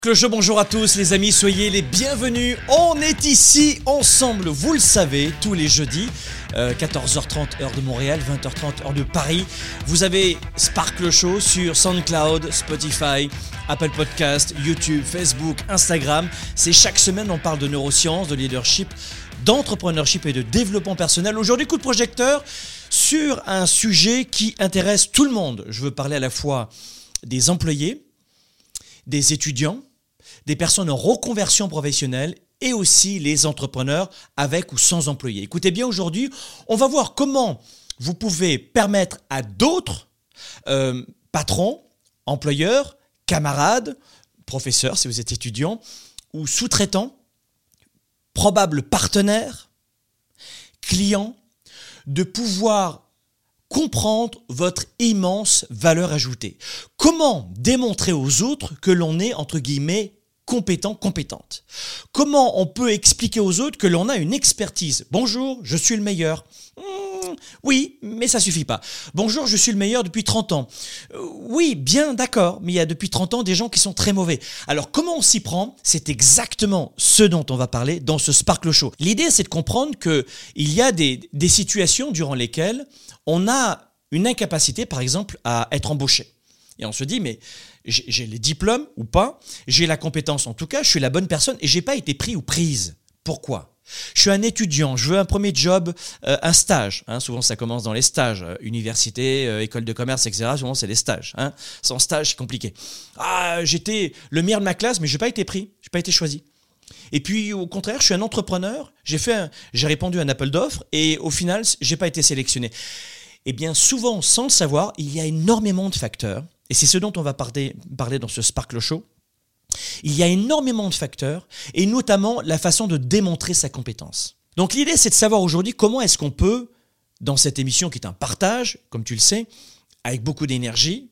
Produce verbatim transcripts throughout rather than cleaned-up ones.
Clochot, bonjour à tous les amis, soyez les bienvenus. On est ici ensemble, vous le savez, tous les jeudis, euh, quatorze heures trente heure de Montréal, vingt heures trente heure de Paris. Vous avez Spark Clochot sur SoundCloud, Spotify, Apple Podcast, YouTube, Facebook, Instagram. C'est chaque semaine, on parle de neurosciences, de leadership, d'entrepreneurship et de développement personnel. Aujourd'hui, coup de projecteur sur un sujet qui intéresse tout le monde. Je veux parler à la fois des employés, des étudiants, des personnes en reconversion professionnelle et aussi les entrepreneurs avec ou sans employés. Écoutez bien, aujourd'hui, on va voir comment vous pouvez permettre à d'autres euh, patrons, employeurs, camarades, professeurs si vous êtes étudiant ou sous-traitants, probables partenaires, clients, de pouvoir comprendre votre immense valeur ajoutée. Comment démontrer aux autres que l'on est, entre guillemets, compétent, compétente. Comment on peut expliquer aux autres que l'on a une expertise. Bonjour, je suis le meilleur. Mmh, oui, mais ça suffit pas. Bonjour, je suis le meilleur depuis trente ans. Euh, oui, bien, d'accord, mais il y a depuis trente ans des gens qui sont très mauvais. Alors, comment on s'y prend ? C'est exactement ce dont on va parler dans ce Spark Clochot. L'idée, c'est de comprendre qu'il y a des, des situations durant lesquelles on a une incapacité, par exemple, à être embauché. Et on se dit, mais j'ai, j'ai les diplômes ou pas, j'ai la compétence en tout cas, je suis la bonne personne et j'ai pas été pris ou prise. Pourquoi ? Je suis un étudiant, je veux un premier job, euh, un stage. Hein, souvent, ça commence dans les stages, euh, université, euh, école de commerce, et cetera. Souvent, c'est les stages. Hein. Sans stage, c'est compliqué. Ah, j'étais le meilleur de ma classe, mais j'ai pas été pris, j'ai pas été choisi. Et puis, au contraire, je suis un entrepreneur, j'ai fait, un, j'ai répondu à un appel d'offres et au final, j'ai pas été sélectionné. Eh bien, souvent, sans le savoir, il y a énormément de facteurs. Et c'est ce dont on va parler, parler dans ce Spark Clochot. Il y a énormément de facteurs, et notamment la façon de démontrer sa compétence. Donc l'idée, c'est de savoir aujourd'hui comment est-ce qu'on peut, dans cette émission qui est un partage, comme tu le sais, avec beaucoup d'énergie,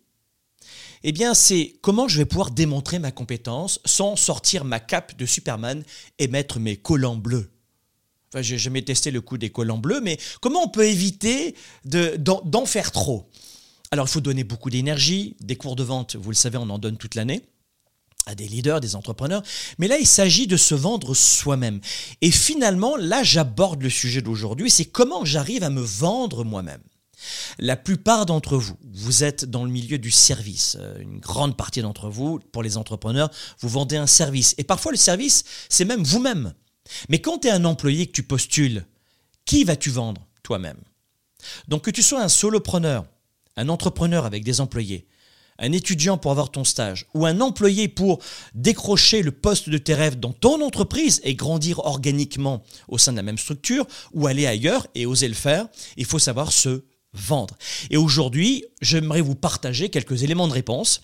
eh bien c'est comment je vais pouvoir démontrer ma compétence sans sortir ma cape de Superman et mettre mes collants bleus. Enfin, j'ai jamais testé le coup des collants bleus, mais comment on peut éviter de, d'en, d'en faire trop ? Alors, il faut donner beaucoup d'énergie, des cours de vente, vous le savez, on en donne toute l'année, à des leaders, des entrepreneurs. Mais là, il s'agit de se vendre soi-même. Et finalement, là, j'aborde le sujet d'aujourd'hui, c'est comment j'arrive à me vendre moi-même. La plupart d'entre vous, vous êtes dans le milieu du service. Une grande partie d'entre vous, pour les entrepreneurs, vous vendez un service. Et parfois, le service, c'est même vous-même. Mais quand tu es un employé que tu postules, qui vas-tu vendre toi-même ? Donc, que tu sois un solopreneur, un entrepreneur avec des employés, un étudiant pour avoir ton stage ou un employé pour décrocher le poste de tes rêves dans ton entreprise et grandir organiquement au sein de la même structure ou aller ailleurs et oser le faire, il faut savoir se vendre. Et aujourd'hui, j'aimerais vous partager quelques éléments de réponse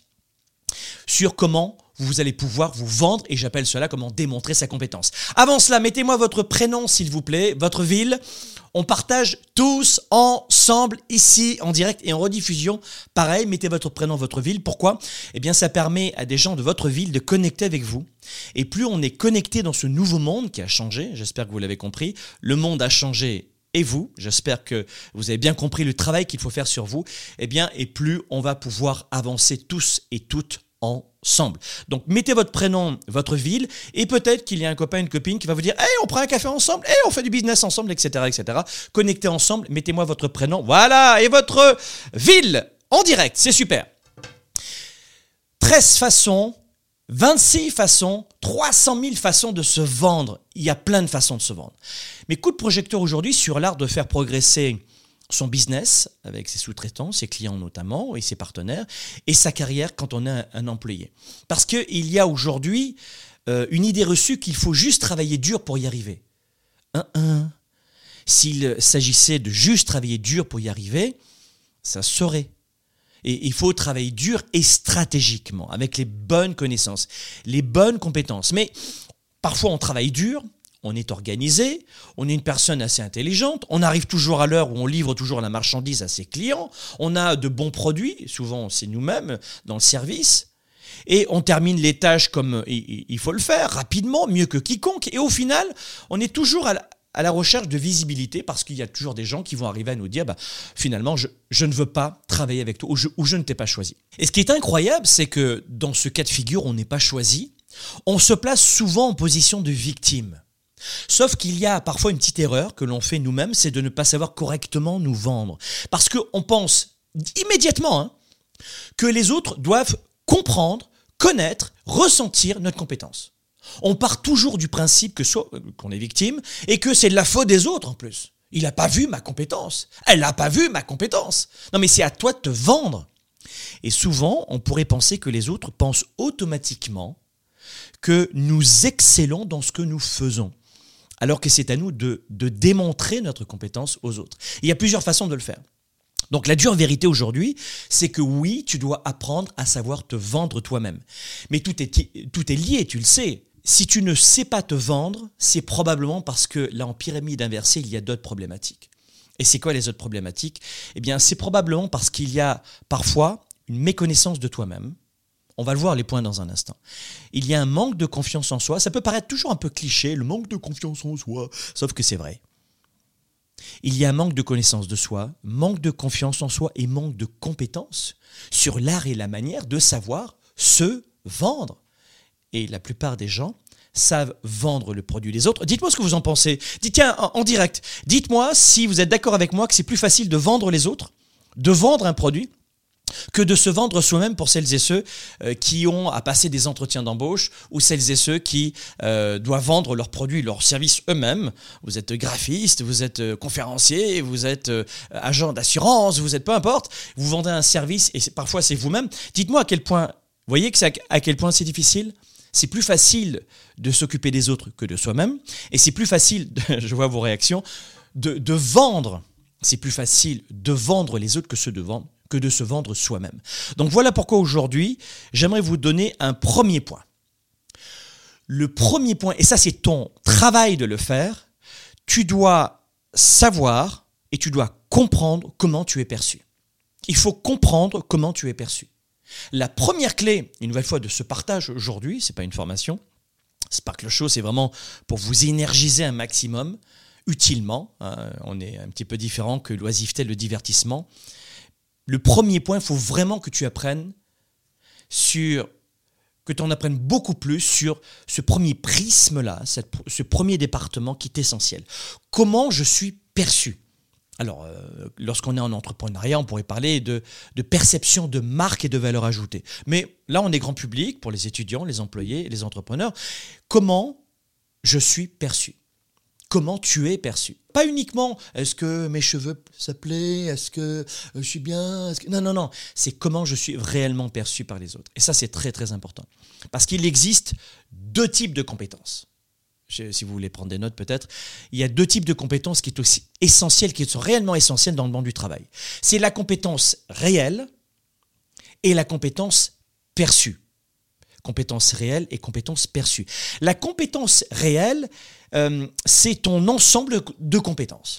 sur comment vous allez pouvoir vous vendre et j'appelle cela comment démontrer sa compétence. Avant cela, mettez-moi votre prénom s'il vous plaît, votre ville. On partage tous ensemble ici en direct et en rediffusion. Pareil, mettez votre prénom, votre ville. Pourquoi ? Eh bien, ça permet à des gens de votre ville de connecter avec vous. Et plus on est connecté dans ce nouveau monde qui a changé, j'espère que vous l'avez compris, le monde a changé et vous, j'espère que vous avez bien compris le travail qu'il faut faire sur vous, eh bien, et plus on va pouvoir avancer tous et toutes ensemble. Donc, mettez votre prénom, votre ville, et peut-être qu'il y a un copain, une copine qui va vous dire « Hey, on prend un café ensemble, hey, on fait du business ensemble, et cetera et cetera » Connectez ensemble, mettez-moi votre prénom, voilà, et votre ville en direct, c'est super. treize façons, vingt-six façons, trois cent mille façons de se vendre. Il y a plein de façons de se vendre. Mais coup de projecteur aujourd'hui sur l'art de faire progresser son business avec ses sous-traitants, ses clients notamment et ses partenaires et sa carrière quand on est un, un employé. Parce qu'il y a aujourd'hui euh, une idée reçue qu'il faut juste travailler dur pour y arriver. Un, un. S'il s'agissait de juste travailler dur pour y arriver, ça se saurait. Et il faut travailler dur et stratégiquement, avec les bonnes connaissances, les bonnes compétences. Mais parfois on travaille dur, on est organisé, on est une personne assez intelligente, on arrive toujours à l'heure où on livre toujours la marchandise à ses clients, on a de bons produits, souvent c'est nous-mêmes dans le service, et on termine les tâches comme il faut le faire, rapidement, mieux que quiconque, et au final, on est toujours à la, à la recherche de visibilité parce qu'il y a toujours des gens qui vont arriver à nous dire bah, finalement, je, je ne veux pas travailler avec toi ou je, ou je ne t'ai pas choisi. Et ce qui est incroyable, c'est que dans ce cas de figure, on n'est pas choisi. On se place souvent en position de victime. Sauf qu'il y a parfois une petite erreur que l'on fait nous-mêmes, c'est de ne pas savoir correctement nous vendre. Parce qu'on pense immédiatement hein, que les autres doivent comprendre, connaître, ressentir notre compétence. On part toujours du principe que soit, qu'on est victime et que c'est de la faute des autres en plus. Il n'a pas vu ma compétence. Elle n'a pas vu ma compétence. Non mais c'est à toi de te vendre. Et souvent, on pourrait penser que les autres pensent automatiquement que nous excellons dans ce que nous faisons. Alors que c'est à nous de, de démontrer notre compétence aux autres. Il y a plusieurs façons de le faire. Donc la dure vérité aujourd'hui, c'est que oui, tu dois apprendre à savoir te vendre toi-même. Mais tout est, tout est lié, tu le sais. Si tu ne sais pas te vendre, c'est probablement parce que là, en pyramide inversée, il y a d'autres problématiques. Et c'est quoi les autres problématiques ? Eh bien, c'est probablement parce qu'il y a parfois une méconnaissance de toi-même. On va le voir les points dans un instant. Il y a un manque de confiance en soi. Ça peut paraître toujours un peu cliché, le manque de confiance en soi, sauf que c'est vrai. Il y a un manque de connaissance de soi, manque de confiance en soi et manque de compétences sur l'art et la manière de savoir se vendre. Et la plupart des gens savent vendre le produit des autres. Dites-moi ce que vous en pensez. Dites, tiens, en, en direct, dites-moi si vous êtes d'accord avec moi que c'est plus facile de vendre les autres, de vendre un produit, que de se vendre soi-même pour celles et ceux euh, qui ont à passer des entretiens d'embauche ou celles et ceux qui euh, doivent vendre leurs produits, leurs services eux-mêmes. Vous êtes graphiste, vous êtes euh, conférencier, vous êtes euh, agent d'assurance, vous êtes peu importe, vous vendez un service et c'est, parfois c'est vous-même. Dites-moi à quel point, vous voyez que c'est à, à quel point c'est difficile ? C'est plus facile de s'occuper des autres que de soi-même et c'est plus facile, de, je vois vos réactions, de, de vendre. C'est plus facile de vendre les autres que ceux de vendre. que de se vendre soi-même. Donc voilà pourquoi aujourd'hui, j'aimerais vous donner un premier point. Le premier point, et ça c'est ton travail de le faire, tu dois savoir et tu dois comprendre comment tu es perçu. Il faut comprendre comment tu es perçu. La première clé, une nouvelle fois, de ce partage aujourd'hui, ce n'est pas une formation, Sparkle Show, c'est vraiment pour vous énergiser un maximum, utilement. Hein, on est un petit peu différent que l'oisiveté, le divertissement. Le premier point, il faut vraiment que tu apprennes sur, que tu en apprennes beaucoup plus sur ce premier prisme-là, cette, ce premier département qui est essentiel. Comment je suis perçu ? Alors, euh, lorsqu'on est en entrepreneuriat, on pourrait parler de, de perception de marque et de valeur ajoutée. Mais là, on est grand public pour les étudiants, les employés, les entrepreneurs. Comment je suis perçu ? Comment tu es perçu ? Pas uniquement, est-ce que mes cheveux ça plaît ? Est-ce que je suis bien ? Est-ce que... Non, non, non. C'est comment je suis réellement perçu par les autres. Et ça, c'est très, très important. Parce qu'il existe deux types de compétences. Je, si vous voulez prendre des notes peut-être, il y a deux types de compétences qui sont aussi essentielles, qui sont réellement essentielles dans le monde du travail. C'est la compétence réelle et la compétence perçue. Compétence réelle et compétence perçue. La compétence réelle, euh, c'est ton ensemble de compétences.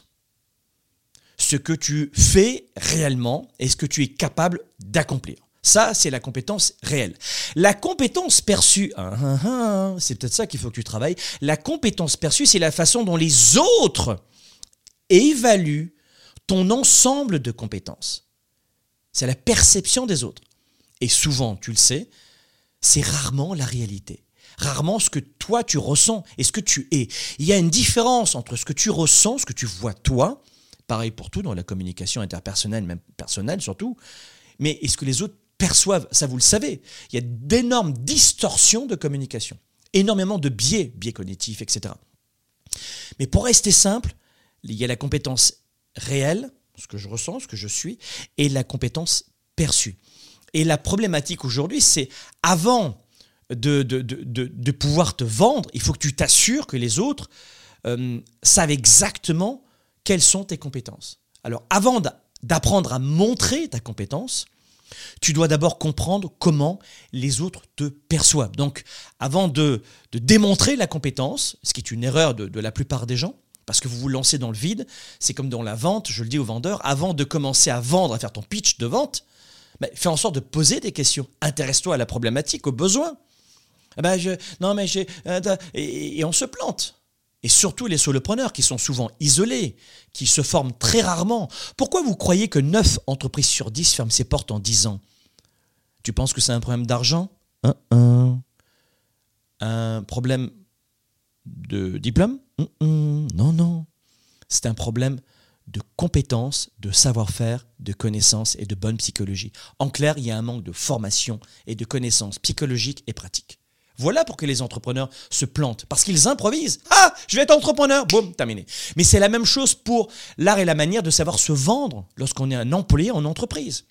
Ce que tu fais réellement et ce que tu es capable d'accomplir. Ça, c'est la compétence réelle. La compétence perçue, ah, ah, ah, c'est peut-être ça qu'il faut que tu travailles. La compétence perçue, c'est la façon dont les autres évaluent ton ensemble de compétences. C'est la perception des autres. Et souvent, tu le sais, c'est rarement la réalité. Rarement ce que toi, tu ressens et ce que tu es. Il y a une différence entre ce que tu ressens, ce que tu vois toi, pareil pour tout dans la communication interpersonnelle, même personnelle surtout, mais est-ce que les autres perçoivent, ça vous le savez, il y a d'énormes distorsions de communication, énormément de biais, biais cognitifs, et cetera. Mais pour rester simple, il y a la compétence réelle, ce que je ressens, ce que je suis, et la compétence perçue. Et la problématique aujourd'hui, c'est avant de, de, de, de, de pouvoir te vendre, il faut que tu t'assures que les autres euh, savent exactement quelles sont tes compétences. Alors avant d'apprendre à montrer ta compétence, tu dois d'abord comprendre comment les autres te perçoivent. Donc, avant de, de démontrer la compétence, ce qui est une erreur de, de la plupart des gens, parce que vous vous lancez dans le vide, c'est comme dans la vente, je le dis aux vendeurs, avant de commencer à vendre, à faire ton pitch de vente, ben, fais en sorte de poser des questions. Intéresse-toi à la problématique, aux besoins. Ben, je, non, mais j'ai, et, et on se plante. Et surtout les solopreneurs qui sont souvent isolés, qui se forment très rarement. Pourquoi vous croyez que neuf entreprises sur dix ferment ses portes en dix ans ? Tu penses que c'est un problème d'argent ? uh-uh. un problème de diplôme ? Mm-mm, Non, non. C'est un problème de compétences, de savoir-faire, de connaissances et de bonne psychologie. En clair, il y a un manque de formation et de connaissances psychologiques et pratiques. Voilà pour que les entrepreneurs se plantent, parce qu'ils improvisent. Ah, je vais être entrepreneur, boum, terminé. Mais c'est la même chose pour l'art et la manière de savoir se vendre lorsqu'on est un employé en entreprise.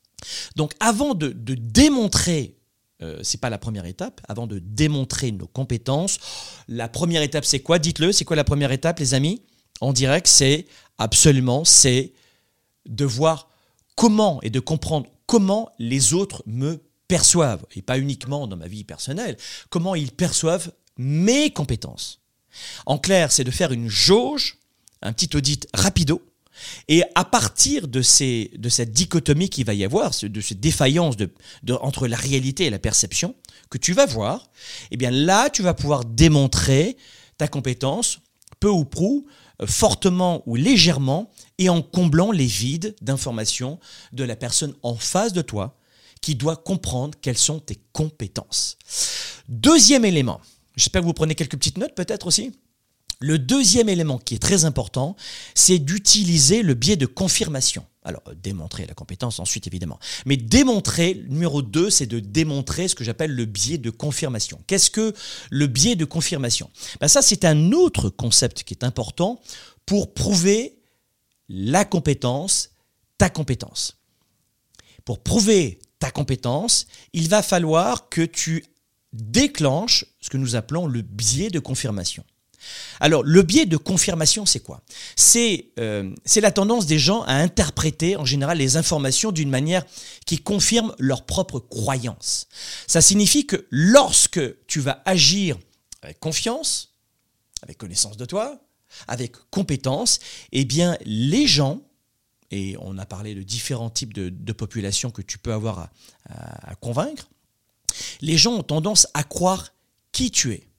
Donc avant de, de démontrer, euh, c'est pas la première étape, avant de démontrer nos compétences, la première étape c'est quoi ? Dites-le, c'est quoi la première étape les amis ? En direct, c'est absolument, c'est de voir comment et de comprendre comment les autres me perçoivent, et pas uniquement dans ma vie personnelle, comment ils perçoivent mes compétences. En clair, c'est de faire une jauge, un petit audit rapido, et à partir de, ces, de cette dichotomie qu'il va y avoir, de cette défaillance de, de, entre la réalité et la perception, que tu vas voir, eh bien là, tu vas pouvoir démontrer ta compétence, peu ou prou, fortement ou légèrement, et en comblant les vides d'informations de la personne en face de toi, qui doit comprendre quelles sont tes compétences. Deuxième élément, j'espère que vous prenez quelques petites notes peut-être aussi. Le deuxième élément qui est très important, c'est d'utiliser le biais de confirmation. Alors, démontrer la compétence ensuite, évidemment. Mais démontrer, numéro deux, c'est de démontrer ce que j'appelle le biais de confirmation. Qu'est-ce que le biais de confirmation ? Ben ça, c'est un autre concept qui est important pour prouver la compétence, ta compétence. Pour prouver ta compétence, il va falloir que tu déclenches ce que nous appelons le biais de confirmation. Alors, le biais de confirmation, c'est quoi ? C'est, euh, c'est la tendance des gens à interpréter en général les informations d'une manière qui confirme leur propre croyance. Ça signifie que lorsque tu vas agir avec confiance, avec connaissance de toi, avec compétence, eh bien, les gens, et on a parlé de différents types de, de populations que tu peux avoir à, à, à convaincre, les gens ont tendance à croire qui tu es.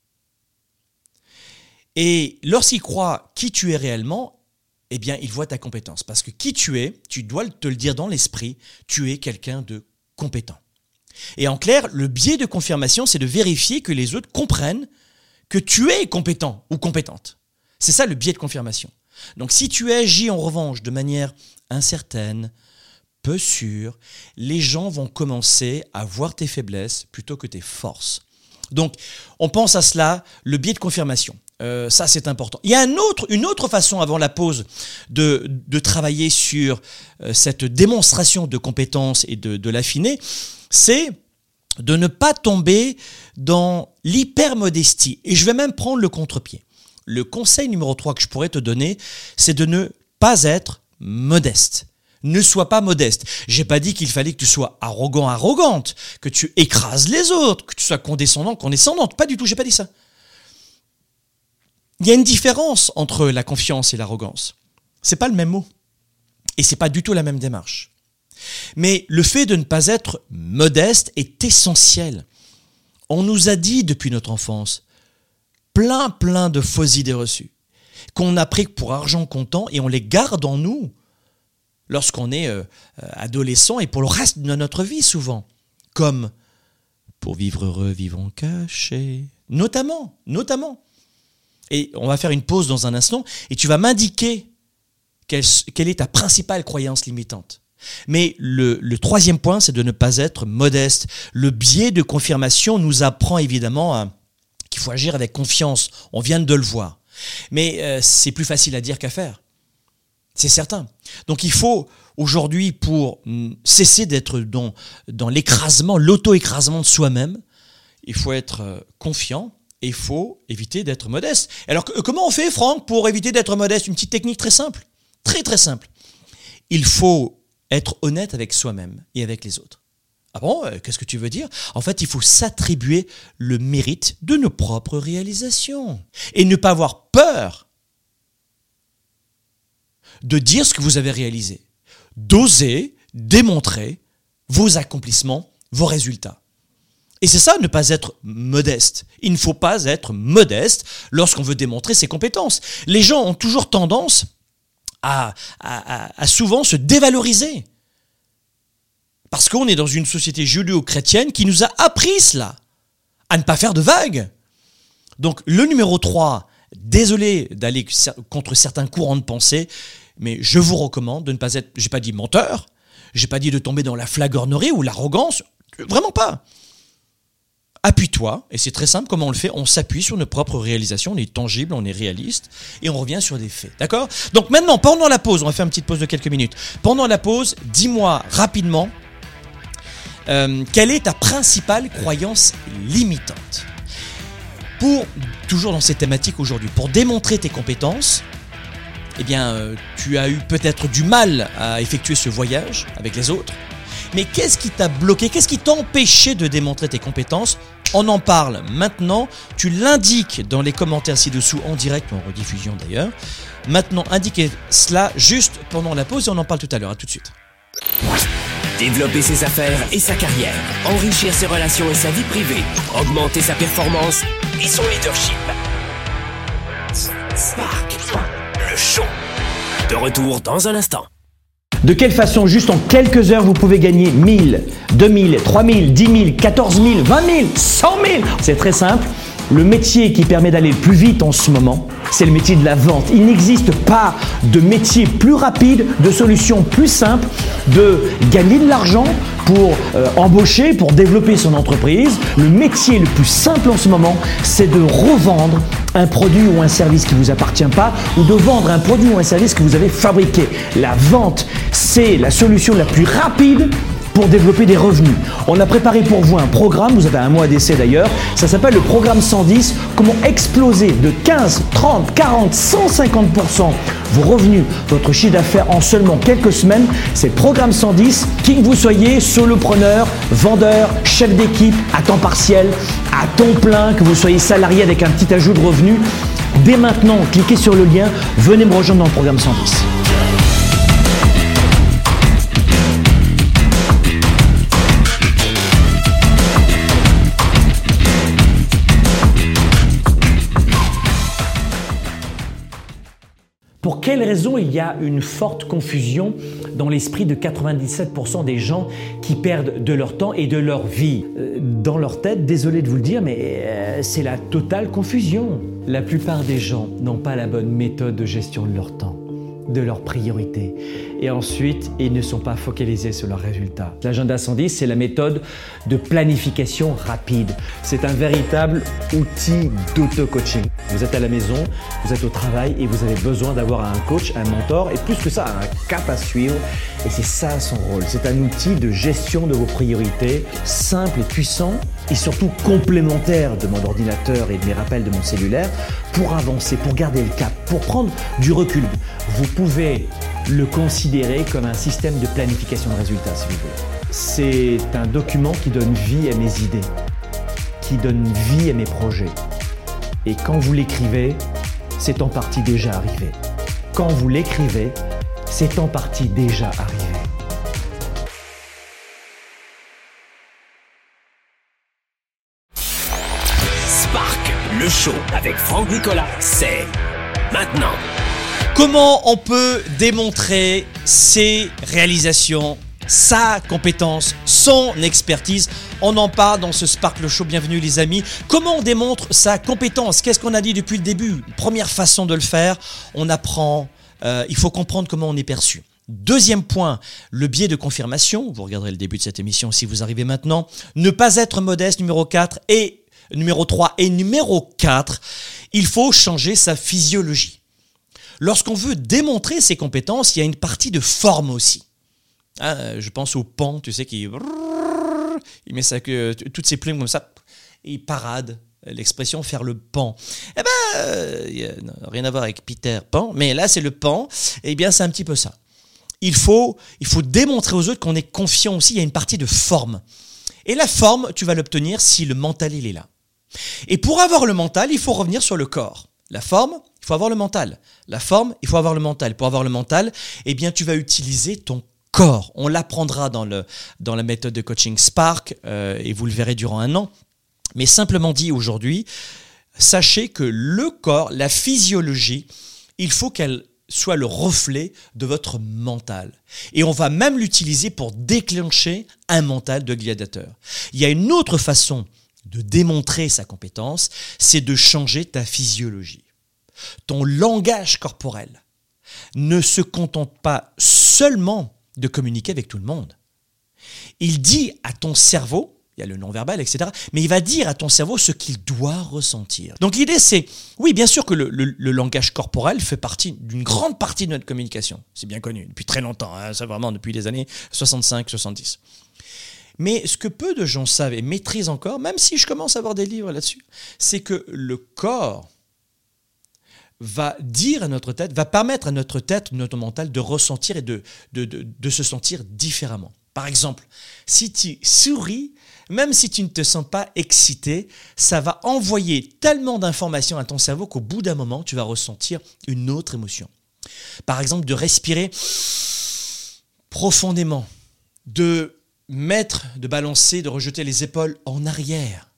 Et lorsqu'ils croient qui tu es réellement, eh bien, ils voient ta compétence. Parce que qui tu es, tu dois te le dire dans l'esprit, tu es quelqu'un de compétent. Et en clair, le biais de confirmation, c'est de vérifier que les autres comprennent que tu es compétent ou compétente. C'est ça le biais de confirmation. Donc si tu agis en revanche de manière incertaine, peu sûre, les gens vont commencer à voir tes faiblesses plutôt que tes forces. Donc on pense à cela, le biais de confirmation. Euh, ça, c'est important. Il y a un autre, une autre façon, avant la pause, de, de travailler sur euh, cette démonstration de compétences et de, de l'affiner, c'est de ne pas tomber dans l'hypermodestie. Et je vais même prendre le contre-pied. Le conseil numéro trois que je pourrais te donner, c'est de ne pas être modeste. Ne sois pas modeste. J'ai pas dit qu'il fallait que tu sois arrogant, arrogante, que tu écrases les autres, que tu sois condescendant, condescendante. Pas du tout, j'ai pas dit ça. Il y a une différence entre la confiance et l'arrogance. C'est pas le même mot. Et c'est pas du tout la même démarche. Mais le fait de ne pas être modeste est essentiel. On nous a dit depuis notre enfance plein, plein de fausses idées reçues qu'on a pris pour argent comptant et on les garde en nous lorsqu'on est euh, adolescent et pour le reste de notre vie souvent. Comme pour vivre heureux, vivons cachés. Notamment, notamment. Et on va faire une pause dans un instant et tu vas m'indiquer quelle, quelle est ta principale croyance limitante. Mais le, le troisième point, c'est de ne pas être modeste. Le biais de confirmation nous apprend évidemment à, qu'il faut agir avec confiance. On vient de le voir. Mais euh, c'est plus facile à dire qu'à faire. C'est certain. Donc il faut aujourd'hui, pour cesser d'être dans, dans l'écrasement, l'auto-écrasement de soi-même, il faut être euh, confiant. Et il faut éviter d'être modeste. Alors, comment on fait, Franck, pour éviter d'être modeste ? Une petite technique très simple. Très, très simple. Il faut être honnête avec soi-même et avec les autres. Ah bon ? Qu'est-ce que tu veux dire ? En fait, il faut s'attribuer le mérite de nos propres réalisations. Et ne pas avoir peur de dire ce que vous avez réalisé. D'oser démontrer vos accomplissements, vos résultats. Et c'est ça, ne pas être modeste. Il ne faut pas être modeste lorsqu'on veut démontrer ses compétences. Les gens ont toujours tendance à, à, à, à souvent se dévaloriser. Parce qu'on est dans une société judéo-chrétienne qui nous a appris cela. à ne pas faire de vagues. Donc le numéro trois, désolé d'aller contre certains courants de pensée, mais je vous recommande de ne pas être, j'ai pas dit menteur, j'ai pas dit de tomber dans la flagornerie ou l'arrogance, vraiment pas. Appuie-toi, et c'est très simple, comment on le fait? On s'appuie sur nos propres réalisations, on est tangible, on est réaliste, et on revient sur des faits, d'accord? Donc maintenant, pendant la pause, on va faire une petite pause de quelques minutes. Pendant la pause, dis-moi rapidement, euh, quelle est ta principale croyance limitante? Pour, toujours dans cette thématique aujourd'hui, pour démontrer tes compétences, eh bien, euh, tu as eu peut-être du mal à effectuer ce voyage avec les autres. Mais qu'est-ce qui t'a bloqué? Qu'est-ce qui t'a empêché de démontrer tes compétences? On en parle maintenant. Tu l'indiques dans les commentaires ci-dessous, en direct ou en rediffusion d'ailleurs. Maintenant, indiquez cela juste pendant la pause et on en parle tout à l'heure. À tout de suite. Développer ses affaires et sa carrière, enrichir ses relations et sa vie privée, augmenter sa performance et son leadership. Spark, le show. De retour dans un instant. De quelle façon, juste en quelques heures, vous pouvez gagner mille, deux mille, trois mille, dix mille, quatorze mille, vingt mille, cent mille? C'est très simple. Le métier qui permet d'aller plus vite en ce moment, c'est le métier de la vente. Il n'existe pas de métier plus rapide, de solution plus simple, de gagner de l'argent pour euh, embaucher, pour développer son entreprise. Le métier le plus simple en ce moment, c'est de revendre un produit ou un service qui ne vous appartient pas ou de vendre un produit ou un service que vous avez fabriqué. La vente, c'est la solution la plus rapide pour développer des revenus. On a préparé pour vous un programme, vous avez un mois d'essai d'ailleurs, ça s'appelle le programme cent dix, comment exploser de quinze, trente, quarante, cent cinquante pour cent vos revenus, votre chiffre d'affaires en seulement quelques semaines. C'est le programme cent dix, qui que vous soyez, solopreneur, vendeur, chef d'équipe, à temps partiel, à temps plein, que vous soyez salarié avec un petit ajout de revenus. Dès maintenant, cliquez sur le lien, venez me rejoindre dans le programme cent dix. Pour quelle raison il y a une forte confusion dans l'esprit de quatre-vingt-dix-sept pour cent des gens qui perdent de leur temps et de leur vie? Dans leur tête, désolé de vous le dire, mais c'est la totale confusion. La plupart des gens n'ont pas la bonne méthode de gestion de leur temps, de leurs priorités. Et ensuite, ils ne sont pas focalisés sur leurs résultats. L'agenda cent dix, c'est la méthode de planification rapide. C'est un véritable outil d'auto-coaching. Vous êtes à la maison, vous êtes au travail et vous avez besoin d'avoir un coach, un mentor et plus que ça, un cap à suivre. Et c'est ça son rôle. C'est un outil de gestion de vos priorités, simple et puissant et surtout complémentaire de mon ordinateur et de mes rappels de mon cellulaire pour avancer, pour garder le cap, pour prendre du recul. Vous pouvez le considérer comme un système de planification de résultats, si vous voulez. C'est un document qui donne vie à mes idées, qui donne vie à mes projets. Et quand vous l'écrivez, c'est en partie déjà arrivé. Quand vous l'écrivez, c'est en partie déjà arrivé. Spark, le show avec Franck Nicolas, c'est maintenant. Comment on peut démontrer ses réalisations, sa compétence, son expertise? On en parle dans ce Spark le Show. Bienvenue les amis. Comment on démontre sa compétence? Qu'est-ce qu'on a dit depuis le début? Première façon de le faire, on apprend, euh, il faut comprendre comment on est perçu. Deuxième point, le biais de confirmation. Vous regarderez le début de cette émission si vous arrivez maintenant. Ne pas être modeste, numéro quatre et numéro trois et numéro quatre, il faut changer sa physiologie. Lorsqu'on veut démontrer ses compétences, il y a une partie de forme aussi. Hein, je pense au pan, tu sais, qui il met ça, que, toutes ses plumes comme ça, et il parade. L'expression faire le pan. Eh ben, euh, y a, non, rien à voir avec Peter Pan, mais là c'est le pan. Eh bien, c'est un petit peu ça. Il faut, il faut démontrer aux autres qu'on est confiant aussi. Il y a une partie de forme. Et la forme, tu vas l'obtenir si le mental il est là. Et pour avoir le mental, il faut revenir sur le corps. La forme, il faut avoir le mental. La forme, il faut avoir le mental. Pour avoir le mental, eh bien, tu vas utiliser ton corps. On l'apprendra dans, le, dans la méthode de coaching Spark euh, et vous le verrez durant un an. Mais simplement dit aujourd'hui, sachez que le corps, la physiologie, il faut qu'elle soit le reflet de votre mental. Et on va même l'utiliser pour déclencher un mental de gladiateur. Il y a une autre façon de démontrer sa compétence, c'est de changer ta physiologie. Ton langage corporel ne se contente pas seulement de communiquer avec tout le monde. Il dit à ton cerveau, il y a le non-verbal, et cetera, mais il va dire à ton cerveau ce qu'il doit ressentir. Donc l'idée c'est, oui bien sûr que le, le, le langage corporel fait partie d'une grande partie de notre communication. C'est bien connu depuis très longtemps, hein, ça vraiment depuis les années soixante-cinq soixante-dix. Mais ce que peu de gens savent et maîtrisent encore, même si je commence à avoir des livres là-dessus, c'est que le corps va dire à notre tête, va permettre à notre tête, notre mental de ressentir et de, de, de, de se sentir différemment. Par exemple, si tu souris, même si tu ne te sens pas excité, ça va envoyer tellement d'informations à ton cerveau qu'au bout d'un moment, tu vas ressentir une autre émotion. Par exemple, de respirer profondément, de mettre, de balancer, de rejeter les épaules en arrière,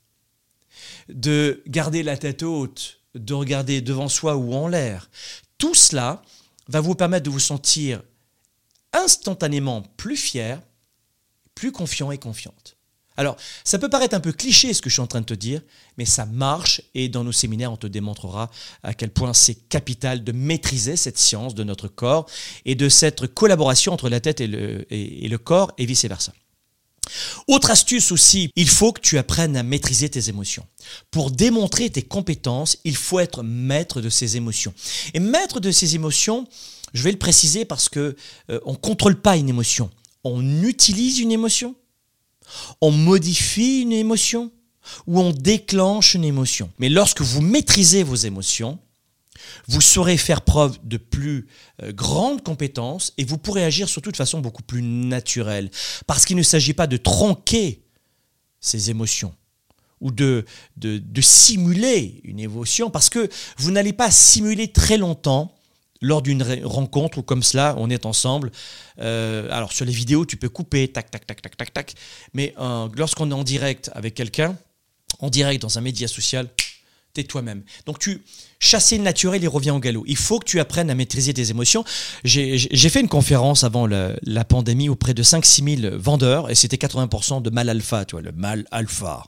de garder la tête haute, de regarder devant soi ou en l'air. Tout cela va vous permettre de vous sentir instantanément plus fier, plus confiant et confiante. Alors, ça peut paraître un peu cliché ce que je suis en train de te dire, mais ça marche et dans nos séminaires, on te démontrera à quel point c'est capital de maîtriser cette science de notre corps et de cette collaboration entre la tête et le, et, et le corps et vice-versa. Autre astuce aussi, il faut que tu apprennes à maîtriser tes émotions. Pour démontrer tes compétences, il faut être maître de ses émotions. Et maître de ses émotions, je vais le préciser parce que euh, on ne contrôle pas une émotion. On utilise une émotion, on modifie une émotion ou on déclenche une émotion. Mais lorsque vous maîtrisez vos émotions, vous saurez faire preuve de plus euh, grandes compétences et vous pourrez agir surtout de façon beaucoup plus naturelle. Parce qu'il ne s'agit pas de tronquer ces émotions ou de, de, de simuler une émotion parce que vous n'allez pas simuler très longtemps lors d'une rencontre ou comme cela, on est ensemble. Euh, alors sur les vidéos, tu peux couper, tac, tac, tac, tac, tac, tac. Mais euh, lorsqu'on est en direct avec quelqu'un, en direct dans un média social, t'es toi-même. Donc tu chasser le naturel et reviens au galop. Il faut que tu apprennes à maîtriser tes émotions. J'ai, j'ai fait une conférence avant la, la pandémie auprès de cinq à six mille vendeurs et c'était quatre-vingts pour cent de mâle alpha, tu vois, le mâle alpha.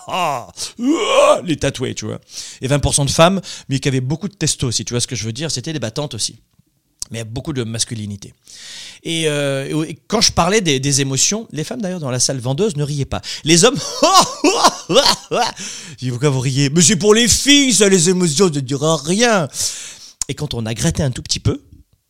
Les tatoués, tu vois. Et vingt pour cent de femmes, mais qui avaient beaucoup de testo aussi, tu vois ce que je veux dire. C'était des battantes aussi. Mais beaucoup de masculinité. Et, euh, et quand je parlais des, des émotions, les femmes d'ailleurs dans la salle vendeuse ne riaient pas. Les hommes, je dis pourquoi vous riez? Mais c'est pour les filles, ça, les émotions, ça ne dira rien. Et quand on a gratté un tout petit peu,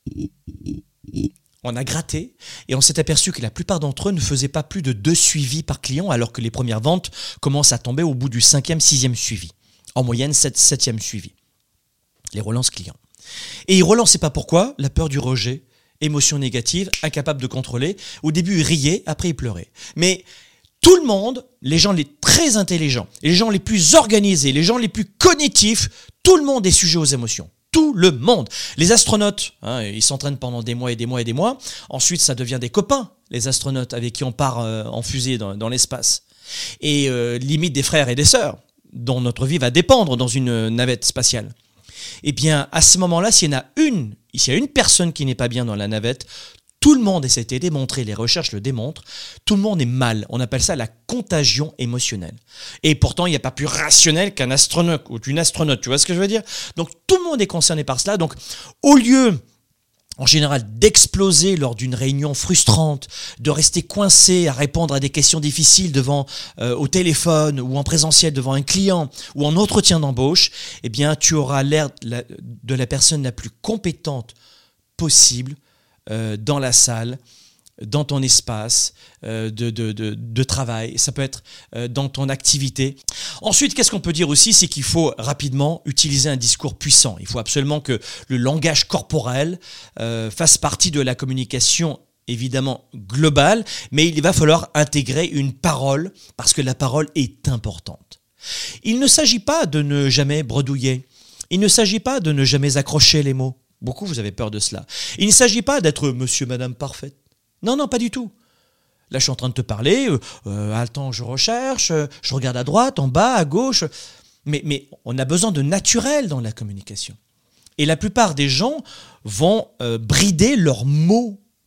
on a gratté et on s'est aperçu que la plupart d'entre eux ne faisaient pas plus de deux suivis par client, alors que les premières ventes commencent à tomber au bout du cinquième, sixième suivi. En moyenne, sept, septième suivi. Les relances clients. Et ils relançaient pas pourquoi? La peur du rejet, émotion négative, incapable de contrôler. Au début, ils riaient, après ils pleuraient. Mais tout le monde, les gens les très intelligents, les gens les plus organisés, les gens les plus cognitifs, tout le monde est sujet aux émotions. Tout le monde. Les astronautes, hein, ils s'entraînent pendant des mois et des mois et des mois. Ensuite, ça devient des copains, les astronautes avec qui on part euh, en fusée dans, dans l'espace. Et euh, limite des frères et des sœurs, dont notre vie va dépendre dans une navette spatiale. Eh bien, à ce moment-là, s'il y en a une, s'il y a une personne qui n'est pas bien dans la navette, tout le monde, et ça a été démontré, les recherches le démontrent, tout le monde est mal. On appelle ça la contagion émotionnelle. Et pourtant, il n'y a pas plus rationnel qu'un astronaute ou une astronaute, tu vois ce que je veux dire? Donc, tout le monde est concerné par cela. Donc, au lieu, en général, d'exploser lors d'une réunion frustrante, de rester coincé à répondre à des questions difficiles devant euh, au téléphone ou en présentiel devant un client ou en entretien d'embauche, eh bien, tu auras l'air de la, de la personne la plus compétente possible euh, dans la salle, dans ton espace euh, de, de, de, de travail, ça peut être euh, dans ton activité. Ensuite, qu'est-ce qu'on peut dire aussi, c'est qu'il faut rapidement utiliser un discours puissant. Il faut absolument que le langage corporel euh, fasse partie de la communication évidemment globale, mais il va falloir intégrer une parole parce que la parole est importante. Il ne s'agit pas de ne jamais bredouiller. Il ne s'agit pas de ne jamais accrocher les mots. Beaucoup, vous avez peur de cela. Il ne s'agit pas d'être monsieur, madame parfaite. Non, non, pas du tout. Là, je suis en train de te parler, euh, euh, attends, je recherche, euh, je regarde à droite, en bas, à gauche. Mais, mais on a besoin de naturel dans la communication. Et la plupart des gens vont euh, brider leurs mots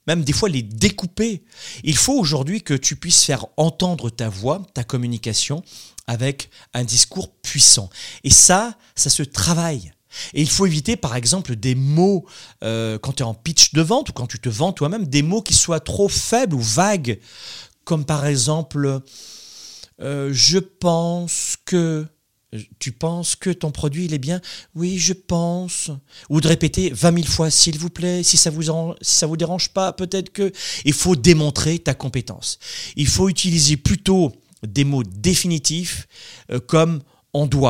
même des fois les découper. Il faut aujourd'hui que tu puisses faire entendre ta voix, ta communication avec un discours puissant. Et ça, ça se travaille. Et il faut éviter par exemple des mots, euh, quand tu es en pitch de vente ou quand tu te vends toi-même, des mots qui soient trop faibles ou vagues, comme par exemple euh, « je pense que ». Tu penses que ton produit il est bien ? Oui, je pense. Ou de répéter vingt mille fois, s'il vous plaît, si ça vous en, si ça vous dérange pas, peut-être que... Il faut démontrer ta compétence. Il faut utiliser plutôt des mots définitifs euh, comme « on doit ».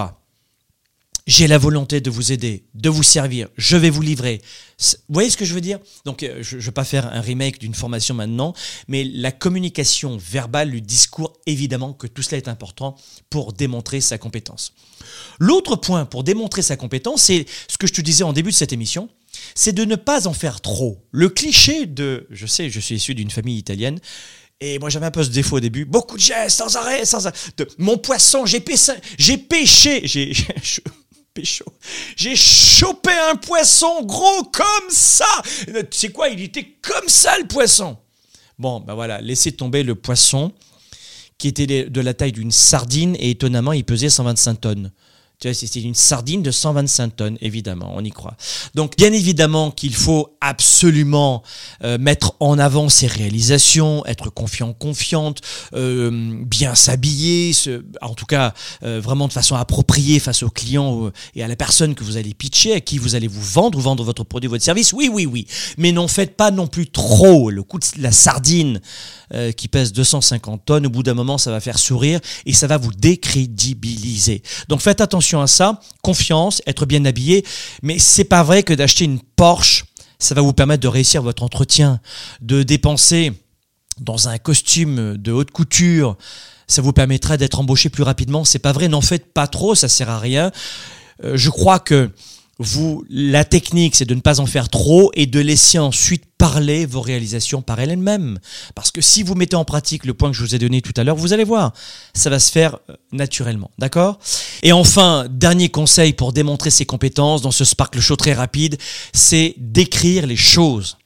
J'ai la volonté de vous aider, de vous servir, je vais vous livrer. Vous voyez ce que je veux dire ? Donc, je ne vais pas faire un remake d'une formation maintenant, mais la communication verbale, le discours, évidemment que tout cela est important pour démontrer sa compétence. L'autre point pour démontrer sa compétence, c'est ce que je te disais en début de cette émission, c'est de ne pas en faire trop. Le cliché de, je sais, je suis issu d'une famille italienne, et moi j'avais un peu ce défaut au début, beaucoup de gestes, sans arrêt, sans arrêt. De, mon poisson, j'ai pêché, j'ai pêché, j'ai... j'ai Pécho. J'ai chopé un poisson gros comme ça. Tu sais quoi, il était comme ça le poisson. Bon, ben voilà, laissez tomber le poisson qui était de la taille d'une sardine et étonnamment, il pesait cent vingt-cinq tonnes. Tu vois, c'est une sardine de cent vingt-cinq tonnes, évidemment, on y croit. Donc, bien évidemment qu'il faut absolument euh, mettre en avant ses réalisations, être confiant, confiante, euh, bien s'habiller, se, en tout cas, euh, vraiment de façon appropriée face aux clients et à la personne que vous allez pitcher, à qui vous allez vous vendre ou vendre votre produit, votre service. Oui, oui, oui. Mais n'en faites pas non plus trop. Le coup de la sardine euh, qui pèse deux cent cinquante tonnes, au bout d'un moment, ça va faire sourire et ça va vous décrédibiliser. Donc, faites attention à ça, confiance, être bien habillé, mais c'est pas vrai que d'acheter une Porsche, ça va vous permettre de réussir votre entretien, de dépenser dans un costume de haute couture, ça vous permettra d'être embauché plus rapidement. C'est pas vrai, n'en faites pas trop, ça sert à rien. Euh, je crois que vous, la technique, c'est de ne pas en faire trop et de laisser ensuite parler vos réalisations par elles-mêmes. Parce que si vous mettez en pratique le point que je vous ai donné tout à l'heure, vous allez voir, ça va se faire naturellement, d'accord ? Et enfin, dernier conseil pour démontrer ses compétences dans ce Sparkle Show très rapide, c'est d'écrire les choses.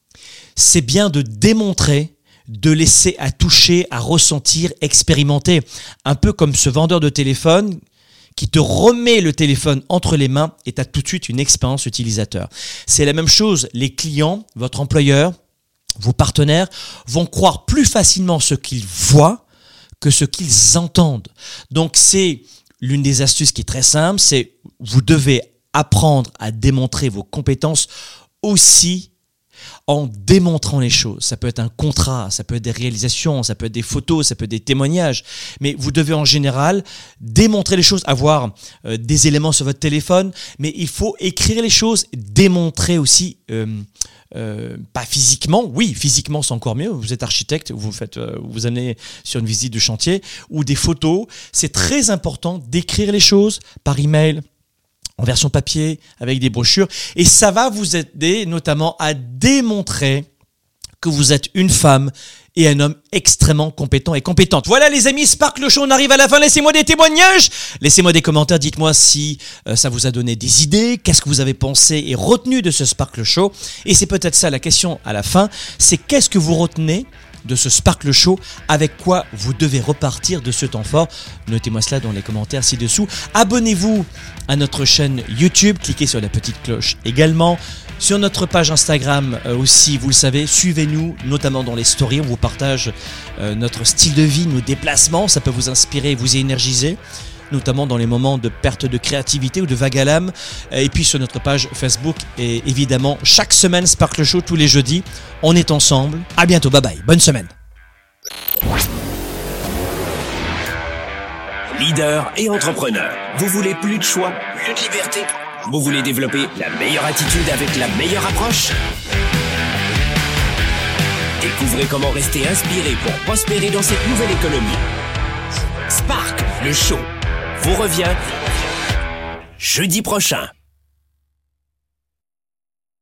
C'est bien de démontrer, de laisser à toucher, à ressentir, expérimenter. Un peu comme ce vendeur de téléphone qui te remet le téléphone entre les mains et tu as tout de suite une expérience utilisateur. C'est la même chose, les clients, votre employeur, vos partenaires vont croire plus facilement ce qu'ils voient que ce qu'ils entendent. Donc c'est l'une des astuces qui est très simple, c'est vous devez apprendre à démontrer vos compétences aussi en démontrant les choses. Ça peut être un contrat, ça peut être des réalisations, ça peut être des photos, ça peut être des témoignages. Mais vous devez en général démontrer les choses, avoir euh, des éléments sur votre téléphone, mais il faut écrire les choses, démontrer aussi, euh, euh, pas physiquement, oui, physiquement c'est encore mieux, vous êtes architecte, vous faites, euh, vous amenez sur une visite de chantier, ou des photos. C'est très important d'écrire les choses par email, en version papier, avec des brochures. Et ça va vous aider notamment à démontrer que vous êtes une femme et un homme extrêmement compétent et compétente. Voilà les amis, Sparkle Show, on arrive à la fin. Laissez-moi des témoignages, laissez-moi des commentaires, dites-moi si euh, ça vous a donné des idées, qu'est-ce que vous avez pensé et retenu de ce Sparkle Show. Et c'est peut-être ça la question à la fin, c'est qu'est-ce que vous retenez de ce Sparkle Show, avec quoi vous devez repartir de ce temps fort. Notez-moi cela dans les commentaires ci-dessous. Abonnez-vous à notre chaîne YouTube, cliquez sur la petite cloche également. Sur notre page Instagram euh, aussi, vous le savez, suivez-nous, notamment dans les stories, on vous partage euh, notre style de vie, nos déplacements, ça peut vous inspirer, vous énergiser, notamment dans les moments de perte de créativité ou de vague à l'âme. Et puis sur notre page Facebook, et évidemment, chaque semaine, Sparkle Show, tous les jeudis, on est ensemble. À bientôt, bye bye, bonne semaine. Leader et entrepreneur, vous voulez plus de choix, plus de liberté? Vous voulez développer la meilleure attitude avec la meilleure approche? Découvrez comment rester inspiré pour prospérer dans cette nouvelle économie. Spark, le show, vous revient jeudi prochain.